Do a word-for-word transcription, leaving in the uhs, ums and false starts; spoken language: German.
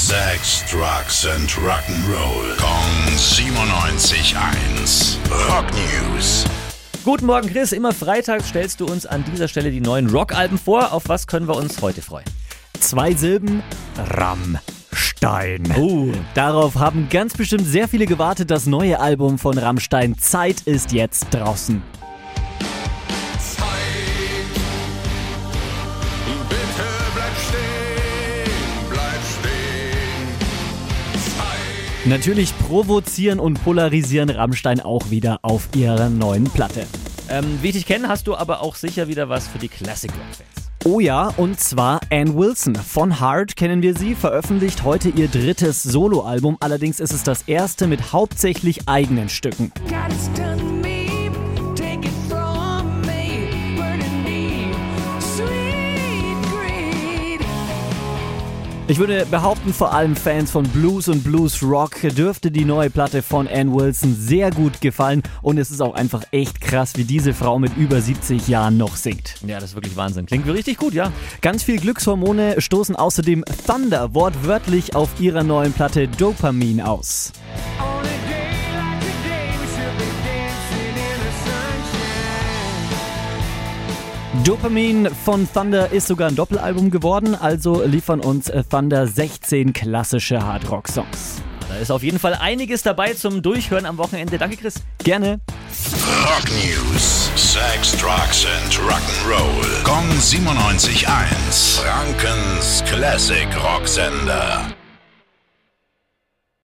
Sex, Drugs and Rock'n'Roll. Kong siebenundneunzig Komma eins. Rock News. Guten Morgen, Chris. Immer freitags stellst du uns an dieser Stelle die neuen Rock-Alben vor. Auf was können wir uns heute freuen? Zwei Silben, Rammstein. Oh. Darauf haben ganz bestimmt sehr viele gewartet. Das neue Album von Rammstein, Zeit, ist jetzt draußen. Bitte bleib stehen, bleib stehen. Zeit. Natürlich provozieren und polarisieren Rammstein auch wieder auf ihrer neuen Platte. Ähm, wie ich dich kenne, hast du aber auch sicher wieder was für die Classic Rock-Fans. Oh ja, und zwar Ann Wilson. Von Heart kennen wir sie, veröffentlicht heute ihr drittes Soloalbum. Allerdings ist es das erste mit hauptsächlich eigenen Stücken. Ich würde behaupten, vor allem Fans von Blues und Blues Rock dürfte die neue Platte von Ann Wilson sehr gut gefallen. Und es ist auch einfach echt krass, wie diese Frau mit über siebzig Jahren noch singt. Ja, das ist wirklich Wahnsinn. Klingt richtig gut, ja. Ganz viel Glückshormone stoßen außerdem Thunder wortwörtlich auf ihrer neuen Platte Dopamin aus. Dopamin von Thunder ist sogar ein Doppelalbum geworden, also liefern uns Thunder sechzehn klassische Hardrock-Songs. Da ist auf jeden Fall einiges dabei zum Durchhören am Wochenende. Danke, Chris. Gerne. Rock News. Sex, Drugs and Rock'n'Roll. Kong siebenundneunzig Komma eins. Frankens Classic Rocksender.